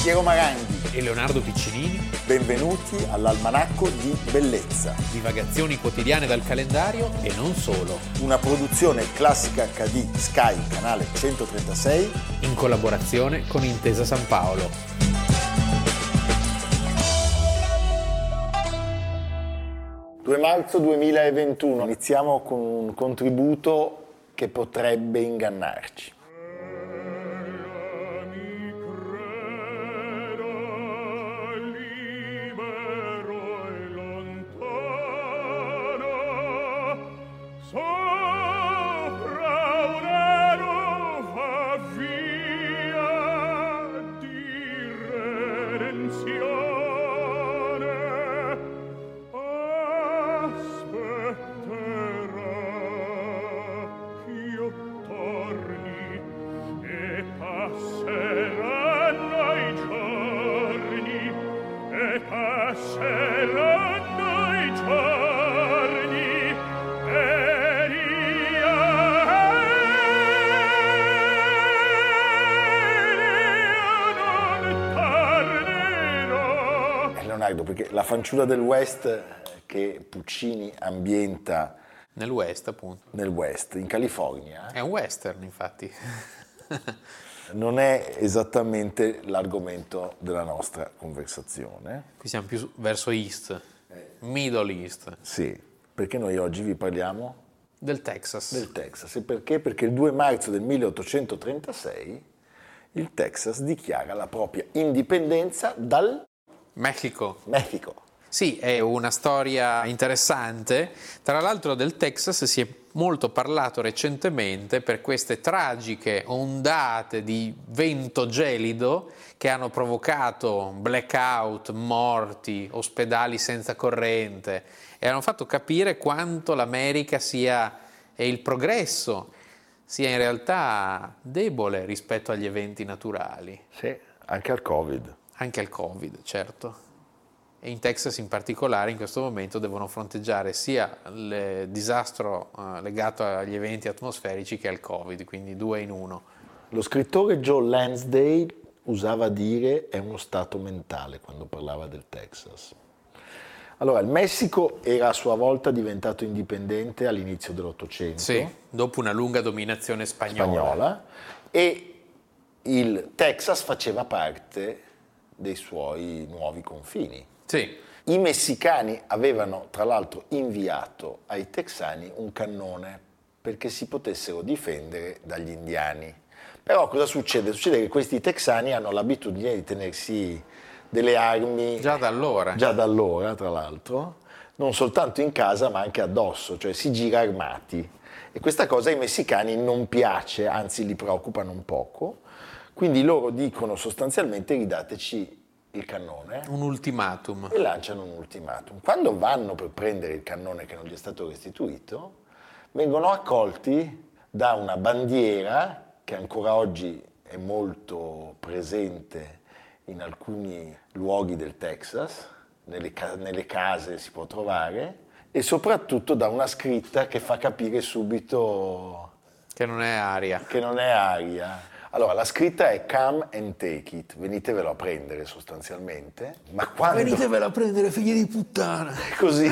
Piero Maranghi e Leonardo Piccinini. Benvenuti all'Almanacco di Bellezza. Divagazioni quotidiane dal calendario e non solo. Una produzione Classica HD Sky, canale 136, in collaborazione con Intesa San Paolo. Marzo 2021. Iniziamo con un contributo che potrebbe ingannarci. Perché la fanciulla del West che Puccini ambienta nel West, appunto. Nel West, in California. È un western, infatti. Non è esattamente l'argomento della nostra conversazione. Qui siamo più verso East, Middle East. Sì, perché noi oggi vi parliamo del Texas. Del Texas. E perché? Perché il 2 marzo del 1836 il Texas dichiara la propria indipendenza dal Messico. Sì, è una storia interessante. Tra l'altro del Texas si è molto parlato recentemente per queste tragiche ondate di vento gelido che hanno provocato blackout, morti, ospedali senza corrente e hanno fatto capire quanto l'America e il progresso sia in realtà debole rispetto agli eventi naturali. Sì, anche al Covid. Anche al Covid, certo. E in Texas in particolare in questo momento devono fronteggiare sia il disastro legato agli eventi atmosferici che al Covid, quindi 2 in 1. Lo scrittore Joe Lansdale usava dire è uno stato mentale quando parlava del Texas. Allora, il Messico era a sua volta diventato indipendente all'inizio dell'Ottocento. Sì, dopo una lunga dominazione spagnola. E il Texas faceva parte dei suoi nuovi confini. Sì. I messicani avevano tra l'altro inviato ai texani un cannone perché si potessero difendere dagli indiani. Però cosa succede? Succede che questi texani hanno l'abitudine di tenersi delle armi già da allora, tra l'altro, non soltanto in casa ma anche addosso, cioè si gira armati. E questa cosa ai messicani non piace, anzi li preoccupano un poco. Quindi loro dicono sostanzialmente ridateci il cannone. Un ultimatum. E lanciano un ultimatum. Quando vanno per prendere il cannone che non gli è stato restituito, vengono accolti da una bandiera che ancora oggi è molto presente in alcuni luoghi del Texas, nelle case si può trovare, e soprattutto da una scritta che fa capire subito che non è aria. Allora, la scritta è come and take it, venitevelo a prendere sostanzialmente, ma quando... Venitevelo a prendere, figli di puttana! Così,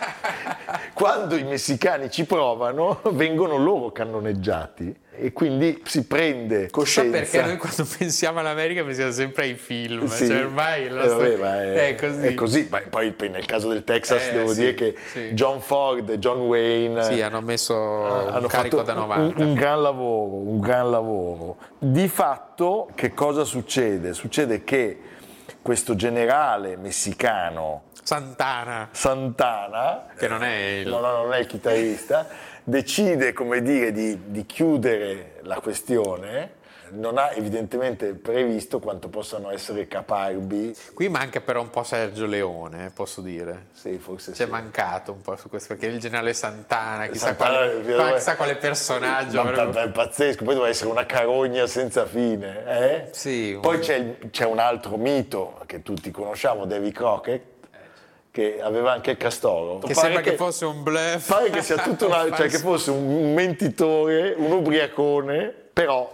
quando i messicani ci provano, vengono loro cannoneggiati e quindi si prende coscienza. Perché noi quando pensiamo all'America pensiamo sempre ai film, sì. Cioè ormai è così. È così, poi nel caso del Texas devo dire che John Ford e John Wayne hanno messo un carico fatto da 90. Un gran lavoro. Di fatto che cosa succede? Succede che questo generale messicano Santana, che non è non è il chitarrista, decide, come dire, di chiudere la questione. Non ha evidentemente previsto quanto possano essere caparbi. Qui manca però un po' Sergio Leone, posso dire. Sì, forse c'è mancato un po' su questo, perché il generale Santana, chissà quale personaggio. È pazzesco, poi doveva essere una carogna senza fine. Sì. Poi c'è un altro mito che tutti conosciamo, Davy Crockett, che aveva anche il castoro. Che sembra che fosse un bluff. Pare che sia tutto cioè che fosse un mentitore, un ubriacone, però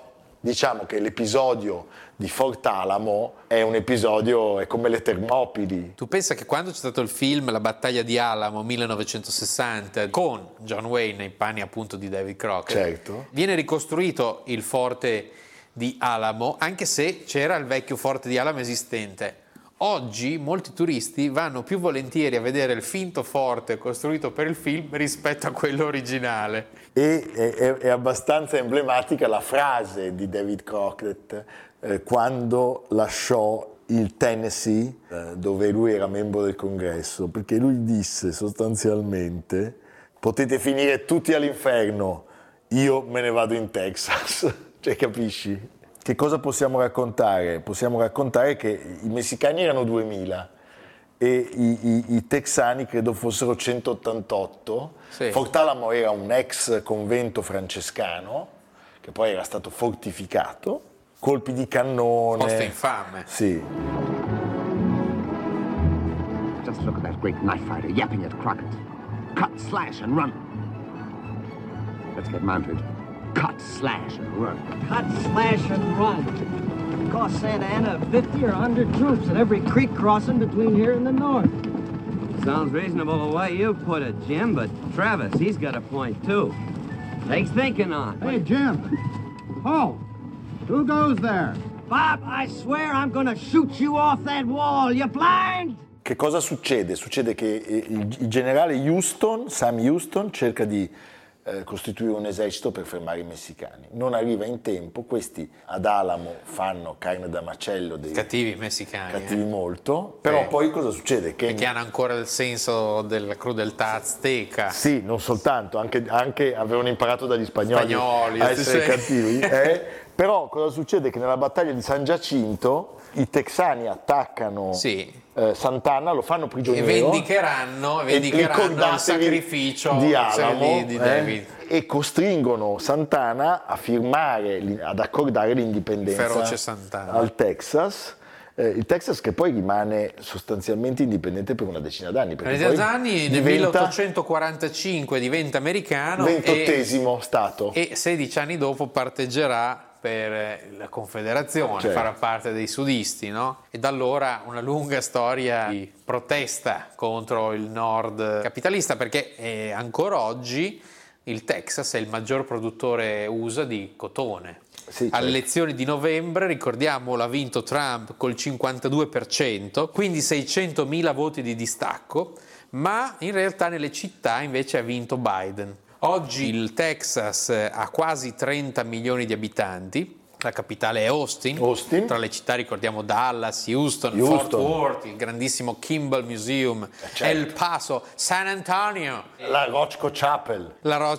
Diciamo che l'episodio di Fort Alamo è un episodio, è come le Termopili. Tu pensa che quando c'è stato il film La battaglia di Alamo 1960 con John Wayne nei panni appunto di David Crockett, Certo. viene ricostruito il forte di Alamo, anche se c'era il vecchio forte di Alamo esistente. Oggi molti turisti vanno più volentieri a vedere il finto forte costruito per il film rispetto a quello originale. E è abbastanza emblematica la frase di David Crockett quando lasciò il Tennessee, dove lui era membro del congresso, perché lui disse sostanzialmente: potete finire tutti all'inferno, io me ne vado in Texas. Cioè, capisci? Che cosa possiamo raccontare? Possiamo raccontare che i messicani erano 2000 e i texani credo fossero 188. Sì. Fort Alamo era un ex convento francescano che poi era stato fortificato, colpi di cannone. Posto infame. Sì. Just look at that great knife fighter yapping at Crockett. Cut, slash, and run. Let's get mounted. Cut, slash, and run. Cut, slash, and run. It cost Santa Ana 50 or 100 troops at every creek crossing between here and the north. Sounds reasonable the way you put it, Jim, but Travis, he's got a point, too. Takes thinking on. Hey, Jim. Halt. Who goes there? Bob, I swear I'm gonna shoot you off that wall. You blind? Che cosa succede? Succede che il generale Houston, Sam Houston, cerca di costituire un esercito per fermare i messicani. Non arriva in tempo, questi ad Alamo fanno carne da macello, dei Cattivi messicani. cattivi molto, però poi cosa succede? Che hanno ancora il senso della crudeltà azteca. Sì, non soltanto, anche avevano imparato dagli spagnoli a essere sì. cattivi. Però cosa succede? Che nella battaglia di San Giacinto i texani attaccano Sant'Anna, lo fanno prigioniero e vendicheranno il sacrificio di Alamo di David. e costringono Sant'Anna a firmare, ad accordare l'indipendenza Feroce Sant'Anna al Texas. Il Texas che poi rimane sostanzialmente indipendente per una decina d'anni. Per anni, nel 1845 diventa americano, 28° stato. E 16 anni dopo parteggerà per la Confederazione, certo. Farà parte dei sudisti, no? E da allora una lunga storia di protesta contro il nord capitalista, perché ancora oggi il Texas è il maggior produttore USA di cotone. Sì, certo. Alle elezioni di novembre, ricordiamo, l'ha vinto Trump col 52%, quindi 600.000 voti di distacco, ma in realtà nelle città invece ha vinto Biden. Oggi il Texas ha quasi 30 milioni di abitanti, la capitale è Austin. Tra le città ricordiamo Dallas, Houston, Fort Worth, il grandissimo Kimball Museum, certo. El Paso, San Antonio, la Rothko Chapel, la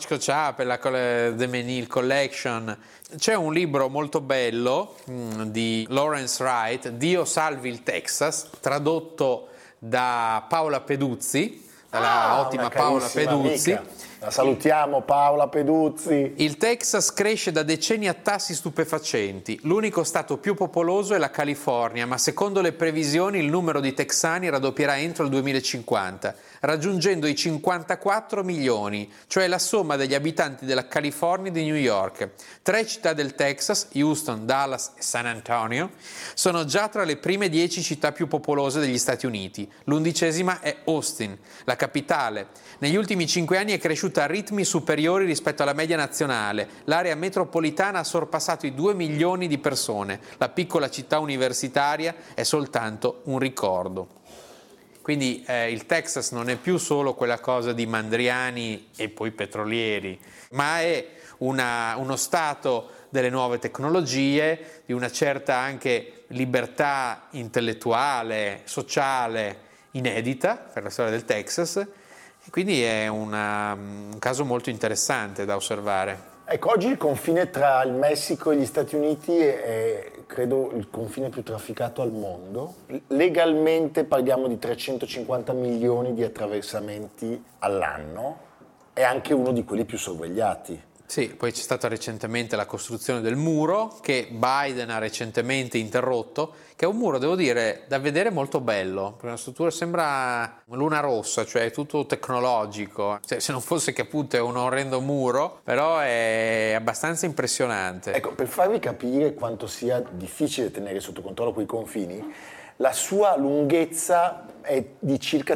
The Menil Collection. C'è un libro molto bello di Lawrence Wright, Dio salvi il Texas, tradotto da Paola Peduzzi, dalla ottima Paola Peduzzi. Amica. La salutiamo, Paola Peduzzi. Il Texas cresce da decenni a tassi stupefacenti. L'unico stato più popoloso è la California, ma secondo le previsioni il numero di texani raddoppierà entro il 2050, raggiungendo i 54 milioni, cioè la somma degli abitanti della California e di New York. 3 città del Texas, Houston, Dallas e San Antonio, sono già tra le prime 10 città più popolose degli Stati Uniti. L'11ª è Austin, la capitale. Negli ultimi 5 anni è cresciuta a ritmi superiori rispetto alla media nazionale. L'area metropolitana ha sorpassato i 2 milioni di persone. La piccola città universitaria è soltanto un ricordo. Quindi il Texas non è più solo quella cosa di mandriani e poi petrolieri, ma è uno stato delle nuove tecnologie, di una certa anche libertà intellettuale, sociale, inedita per la storia del Texas. E quindi è un caso molto interessante da osservare. Ecco, oggi il confine tra il Messico e gli Stati Uniti è credo il confine più trafficato al mondo. Legalmente parliamo di 350 milioni di attraversamenti all'anno, è anche uno di quelli più sorvegliati. Sì, poi c'è stata recentemente la costruzione del muro che Biden ha recentemente interrotto, che è un muro, devo dire, da vedere molto bello, perché la struttura sembra luna rossa, cioè è tutto tecnologico, cioè, se non fosse che appunto è un orrendo muro, però è abbastanza impressionante. Ecco, per farvi capire quanto sia difficile tenere sotto controllo quei confini, la sua lunghezza è di circa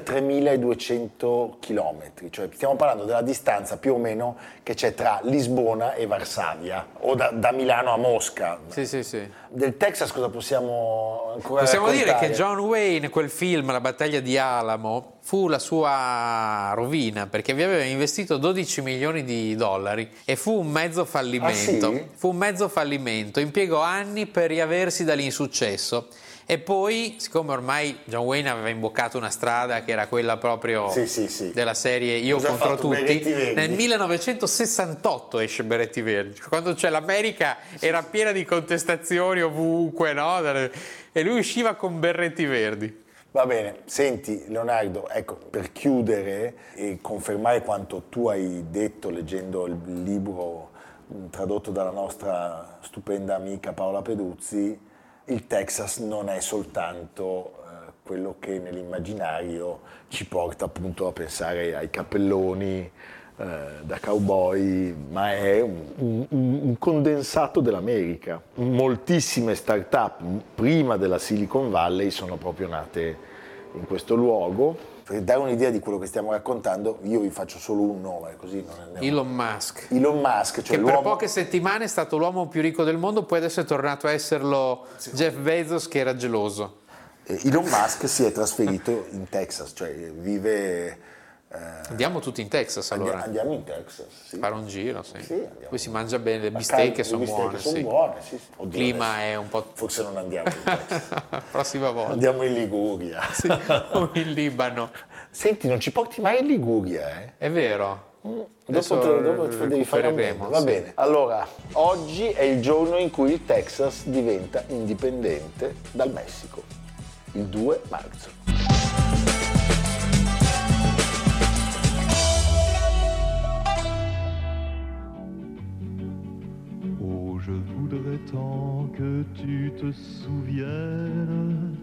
3.200 chilometri, cioè stiamo parlando della distanza più o meno che c'è tra Lisbona e Varsavia, o da Milano a Mosca. Sì. Del Texas cosa possiamo ancora Possiamo raccontare? dire che John Wayne, quel film, La battaglia di Alamo, fu la sua rovina, perché vi aveva investito 12 milioni di dollari e fu un mezzo fallimento. Ah, sì? Fu un mezzo fallimento, impiegò anni per riaversi dall'insuccesso. E poi, siccome ormai John Wayne aveva imboccato una strada che era quella proprio Sì. della serie Io Cosa ha contro fatto? tutti, Berretti Verdi? nel 1968 esce Berretti Verdi, quando l'America era piena di contestazioni ovunque, no? E lui usciva con Berretti Verdi. Va bene, senti Leonardo, ecco, per chiudere e confermare quanto tu hai detto leggendo il libro tradotto dalla nostra stupenda amica Paola Peduzzi, il Texas non è soltanto quello che nell'immaginario ci porta appunto a pensare ai cappelloni da cowboy, ma è un condensato dell'America. Moltissime start-up prima della Silicon Valley sono proprio nate in questo luogo. Per dare un'idea di quello che stiamo raccontando, io vi faccio solo un nome, così non andiamo. Elon Musk, cioè che per poche settimane è stato l'uomo più ricco del mondo, poi adesso è tornato a esserlo Jeff Bezos, che era geloso. Elon Musk si è trasferito in Texas, cioè vive... Andiamo tutti in Texas allora. Andiamo in Texas, sì. Fare un giro, sì. Sì, Poi si mangia bene, le bistecche sono buone. Sono buone, sì. Il clima è un po'... Forse non andiamo in Texas. Prossima volta. Andiamo in Liguria. Sì, o in Libano. Senti, non ci porti mai in Liguria, eh? È vero. Dopo devi fare un mente. Va bene. Allora, oggi è il giorno in cui il Texas diventa indipendente dal Messico. Il 2 marzo. Je voudrais tant que tu te souviennes.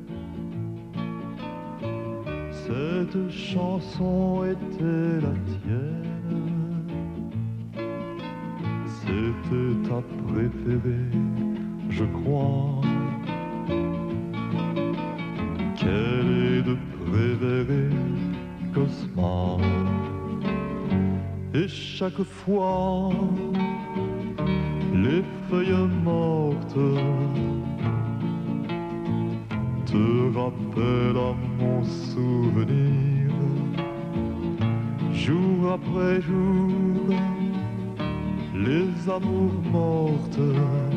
Cette chanson était la tienne. C'était ta préférée, je crois. Qu'elle est de Prévéré, Cosma. Et chaque fois les feuilles mortes te rappellent à mon souvenir. Jour après jour, les amours mortes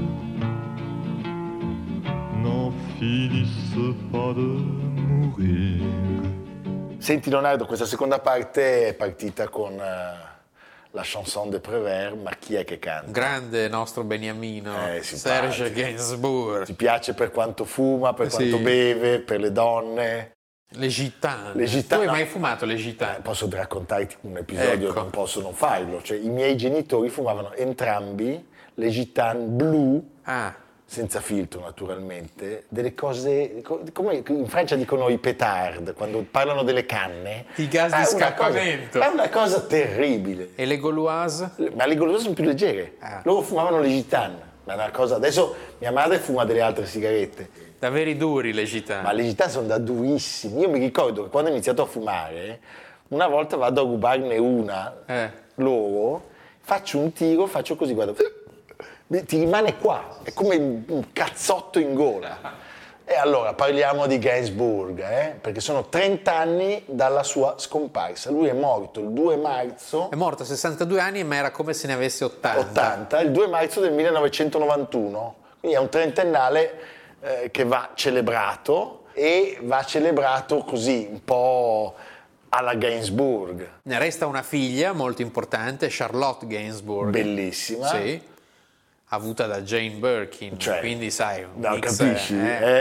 n'en finissent pas de mourir. Senti Leonardo, questa seconda parte è partita con... la chanson de Prévert, ma chi è che canta? Grande nostro beniamino, Serge Gainsbourg. Ti piace per quanto fuma, per quanto beve, per le donne? Le gitane. Tu hai mai fumato le gitane? Posso raccontarti un episodio, ecco. Non posso non farlo. Cioè, i miei genitori fumavano entrambi le gitane blu, senza filtro naturalmente, delle cose, come in Francia dicono i petard, quando parlano delle canne. I gas di scappamento. È una cosa terribile. E le Gauloise? Ma le Gauloise sono più leggere. Loro fumavano le gitane. Ma è una cosa... Adesso mia madre fuma delle altre sigarette. Davvero duri le gitane. Ma le gitane sono da durissimi. Io mi ricordo che quando ho iniziato a fumare, una volta vado a rubarne una, loro, faccio un tiro, faccio così, guarda, ti rimane qua, è come un cazzotto in gola. E allora parliamo di Gainsbourg, perché sono 30 anni dalla sua scomparsa. Lui è morto il 2 marzo. È morto a 62 anni, ma era come se ne avesse 80. 80, il 2 marzo del 1991. Quindi è un trentennale che va celebrato, e va celebrato così, un po' alla Gainsbourg. Ne resta una figlia molto importante, Charlotte Gainsbourg. Bellissima. Sì. avuta da Jane Birkin, Cioè, quindi sai, un no, mix, capisci?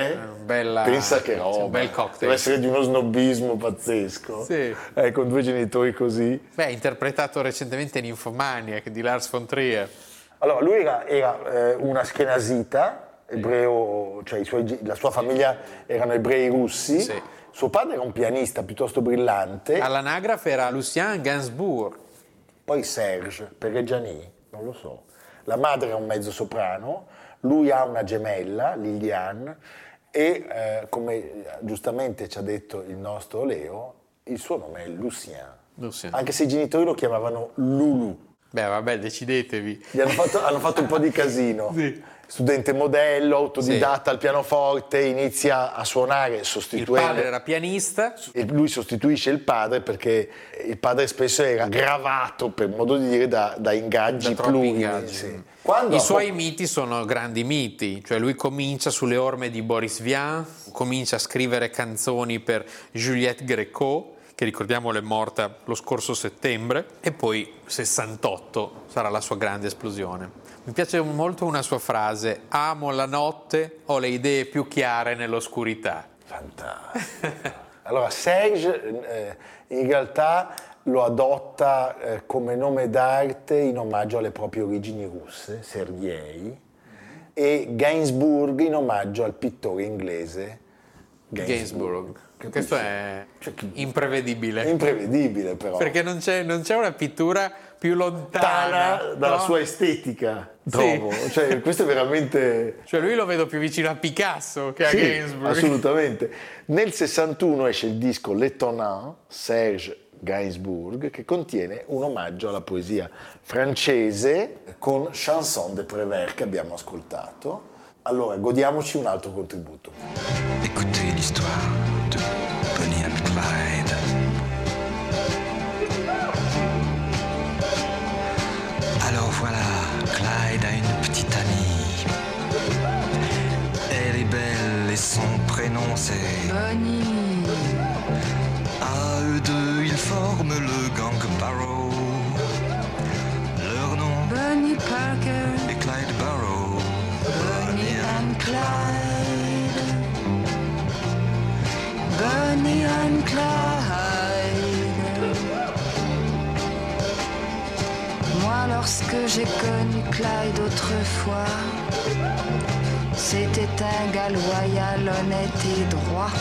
Pensa che roba. un bel cocktail. Deve essere di uno snobismo pazzesco. Sì. Con due genitori così. Beh, interpretato recentemente in Nymphomaniac di Lars von Trier. Allora, lui era una Ashkenazita, ebreo, cioè la sua famiglia erano ebrei russi. Sì. Suo padre era un pianista piuttosto brillante. All'anagrafe era Lucien Gainsbourg. Poi Serge, per Reggiani, non lo so. La madre è un mezzo soprano, lui ha una gemella, Liliane, e come giustamente ci ha detto il nostro Leo, il suo nome è Lucien. Anche se i genitori lo chiamavano Lulu. Beh, vabbè, decidetevi. Hanno fatto un po' di casino. Sì. Studente modello, autodidatta al pianoforte, inizia a suonare sostituendo. Il padre era pianista. E lui sostituisce il padre perché il padre spesso era gravato, per modo di dire, da ingaggi plurimi. Sì. I suoi miti sono grandi miti, cioè lui comincia sulle orme di Boris Vian, comincia a scrivere canzoni per Juliette Gréco, che ricordiamolo è morta lo scorso settembre, e poi 68 sarà la sua grande esplosione. Mi piace molto una sua frase: amo la notte, ho le idee più chiare nell'oscurità. Fantastico. Allora Serge in realtà lo adotta come nome d'arte in omaggio alle proprie origini russe, Sergei, e Gainsbourg in omaggio al pittore inglese Gainsbourg. Questo è imprevedibile. È imprevedibile però. Perché non c'è una pittura più lontana dalla no? sua estetica, trovo. Sì. Cioè, questo è veramente... Cioè lui lo vedo più vicino a Picasso che a Gainsbourg. Assolutamente. Nel 61 esce il disco L'Étonnant, Serge Gainsbourg, che contiene un omaggio alla poesia francese con Chanson de Prévert che abbiamo ascoltato. Allora, godiamoci un altro contributo. Écoutez l'histoire de Bonnie and Clyde. Alors voilà, Clyde a une petite amie. Elle est belle et son prénom c'est Bonnie. À eux deux, ils forment le gang Barrow. Leur nom Bonnie Parker et Clyde Barrow. Bonnie and Clyde. Bonnie and Clyde. Moi, lorsque j'ai connu Clyde autrefois, c'était un gars loyal, honnête et droit.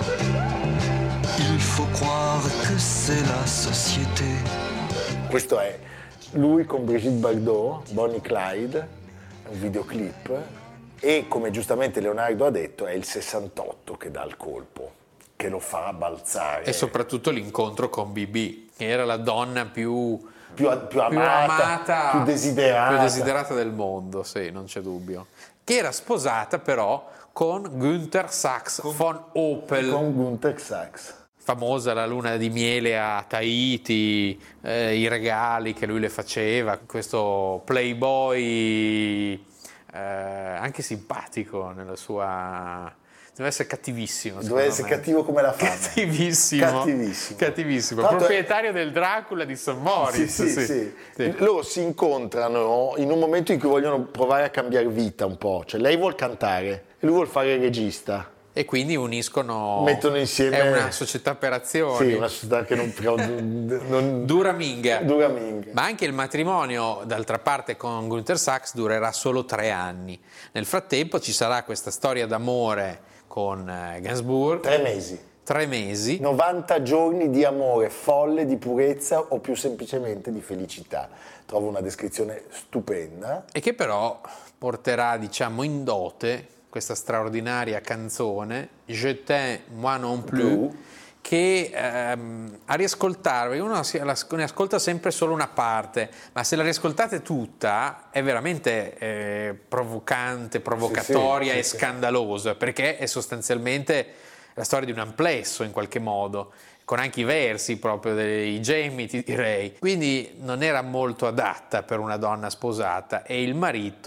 Il faut croire que c'est la société. Questo è lui con Brigitte Bardot, Bonnie Clyde, un videoclip, e come giustamente Leonardo ha detto è il 68 che dà il colpo, che lo fa balzare. E soprattutto l'incontro con Bibi, che era la donna più amata, più desiderata del mondo, sì, non c'è dubbio. Che era sposata però con Günther Sachs von Opel. Con Günther Sachs. Famosa la luna di miele a Tahiti, i regali che lui le faceva, questo playboy anche simpatico nella sua... Deve essere cattivissimo. Deve essere cattivo come la fame. Cattivissimo. Proprietario del Dracula di St. Moritz. Sì. Loro si incontrano in un momento in cui vogliono provare a cambiare vita un po'. Cioè lei vuol cantare e lui vuol fare il regista. E quindi mettono insieme. È una società per azioni. Sì, una società che non dura minga. Minga. Ma anche il matrimonio, d'altra parte, con Günther Sachs durerà solo 3 anni. Nel frattempo ci sarà questa storia d'amore con Gainsbourg. 3 mesi. 3 mesi. 90 giorni di amore folle, di purezza o più semplicemente di felicità. Trovo una descrizione stupenda. E che però porterà, diciamo, in dote questa straordinaria canzone Je t'aime, moi non plus, che a riascoltarvi, uno ne ascolta sempre solo una parte, ma se la riascoltate tutta è veramente provocante, provocatoria e scandalosa, perché è sostanzialmente la storia di un amplesso in qualche modo, con anche i versi proprio dei gemiti, direi. Quindi non era molto adatta per una donna sposata e il marito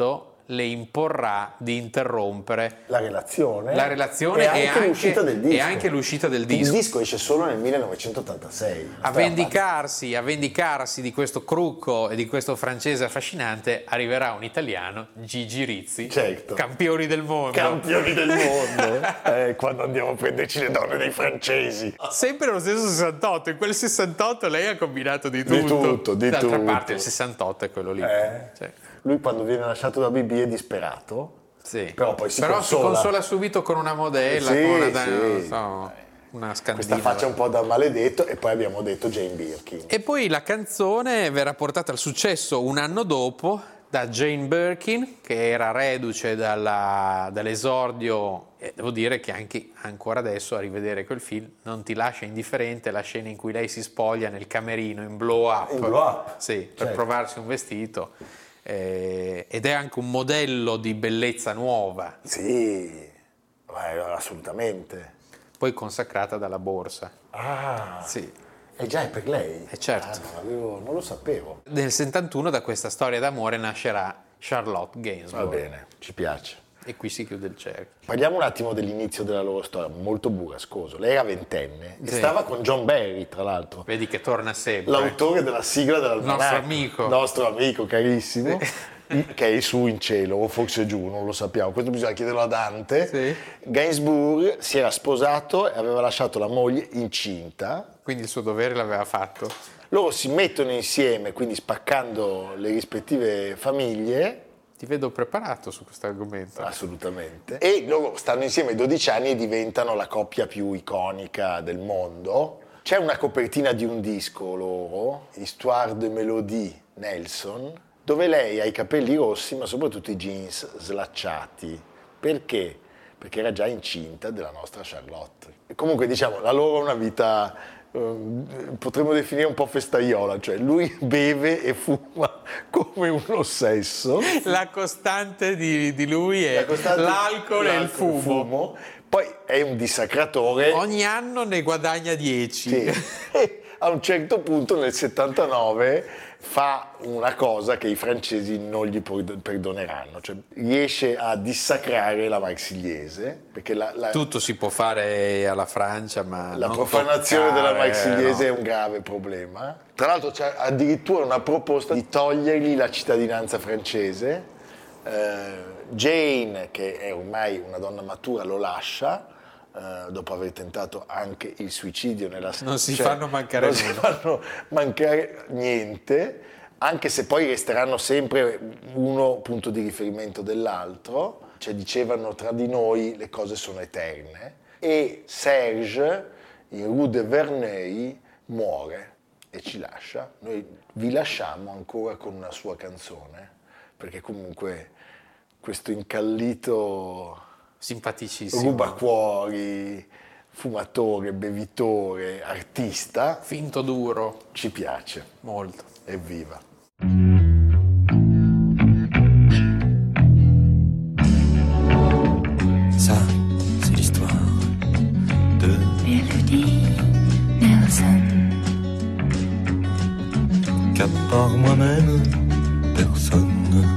le imporrà di interrompere la relazione e anche l'uscita del disco. E anche l'uscita del disco. Il disco esce solo nel 1986. A vendicarsi di questo crucco e di questo francese affascinante arriverà un italiano, Gigi Rizzi, certo. Campioni del mondo. Quando andiamo a prenderci le donne dei francesi. Sempre lo stesso 68, in quel 68 lei ha combinato di tutto. D'altra parte il 68 è quello lì. Cioè. Lui quando viene lasciato da BB è disperato, sì. Però poi si consola subito con una modella, con una scandina. Questa faccia un po' da maledetto, e poi abbiamo detto Jane Birkin. E poi la canzone verrà portata al successo un anno dopo da Jane Birkin, che era reduce dall'esordio, e devo dire che anche ancora adesso a rivedere quel film non ti lascia indifferente la scena in cui lei si spoglia nel camerino in blow up. Sì, per provarsi un vestito. Ed è anche un modello di bellezza nuova. Sì, assolutamente. Poi consacrata dalla borsa. Sì. E già è per lei? Certo. Non lo sapevo. Nel 71 da questa storia d'amore nascerà Charlotte Gainsbourg. Va bene, ci piace. E qui si chiude il cerchio. Parliamo un attimo dell'inizio della loro storia, molto burrascoso. Lei era ventenne, stava con John Barry, tra l'altro. Vedi che torna sempre. L'autore della sigla dell'almanacco. Nostro amico carissimo, che è su in cielo, o forse giù, non lo sappiamo. Questo bisogna chiederlo a Dante. Sì. Gainsbourg si era sposato e aveva lasciato la moglie incinta. Quindi il suo dovere l'aveva fatto. Loro si mettono insieme, quindi spaccando le rispettive famiglie. Ti vedo preparato su questo argomento. Assolutamente. E loro stanno insieme 12 anni e diventano la coppia più iconica del mondo. C'è una copertina di un disco loro, Histoire de Mélodie Nelson, dove lei ha i capelli rossi ma soprattutto i jeans slacciati. Perché? Perché era già incinta della nostra Charlotte. E comunque diciamo, la loro è una vita... potremmo definire un po' festaiola, cioè lui beve e fuma come un ossesso. La costante di lui è l'alcol e il fumo. Poi è un dissacratore. Ogni anno ne guadagna 10. Sì. E a un certo punto nel 79 fa una cosa che i francesi non gli perdoneranno, cioè riesce a dissacrare la Marsigliese, perché tutto si può fare alla Francia, ma la profanazione della Marsigliese è un grave problema. Tra l'altro c'è addirittura una proposta di togliergli la cittadinanza francese. Jane, che è ormai una donna matura, lo lascia dopo aver tentato anche il suicidio non si fanno mancare niente, anche se poi resteranno sempre uno punto di riferimento dell'altro, cioè dicevano tra di noi le cose sono eterne, e Serge in Rue de Verneuil muore e ci lascia. Noi vi lasciamo ancora con una sua canzone, perché comunque questo incallito simpaticissimo, rubacuori, fumatore, bevitore, artista, finto duro, ci piace molto. Evviva. Ça, c'est l'histoire de Mélodie Nelson. Qu'à part moi-même, personne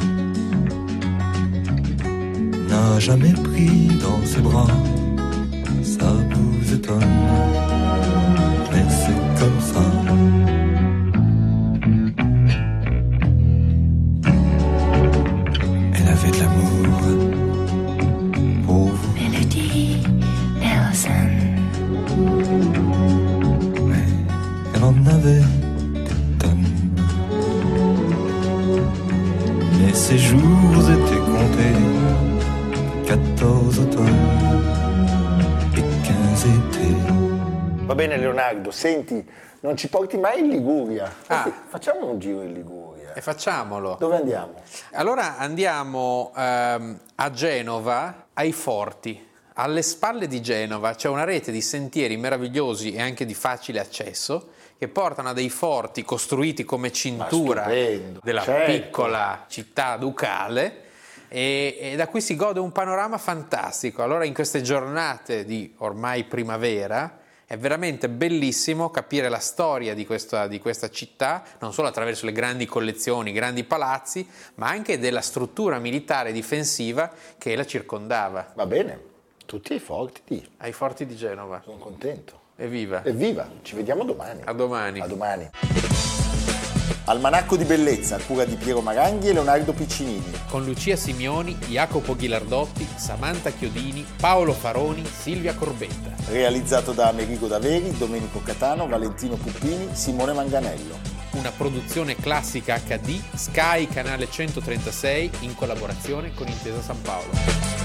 n'a jamais pris dans ses bras. Ça vous étonne, mais c'est comme ça. Elle avait de l'amour pour vous. Mélodie Nelson. Mais elle en avait des tonnes. Mais ses jours étaient comptés. 14 autunni e 15 étés. Va bene Leonardo, senti, non ci porti mai in Liguria? Facciamo un giro in Liguria. E facciamolo. Dove andiamo? Allora andiamo a Genova, ai Forti. Alle spalle di Genova c'è una rete di sentieri meravigliosi e anche di facile accesso che portano a dei forti costruiti come cintura della piccola città ducale. E da qui si gode un panorama fantastico. Allora in queste giornate di ormai primavera È veramente bellissimo capire la storia di questa città, non solo attraverso le grandi collezioni, i grandi palazzi, ma anche della struttura militare difensiva che la circondava. Va bene, tutti ai forti di Genova. Sono contento. Evviva! Evviva! Ci vediamo domani. A domani. A domani. Almanacco di bellezza, a cura di Piero Maranghi e Leonardo Piccinini. Con Lucia Simioni, Jacopo Ghilardotti, Samantha Chiodini, Paolo Faroni, Silvia Corbetta. Realizzato da Amerigo Daveri, Domenico Catano, Valentino Puppini, Simone Manganello. Una produzione classica HD, Sky Canale 136 in collaborazione con Intesa San Paolo.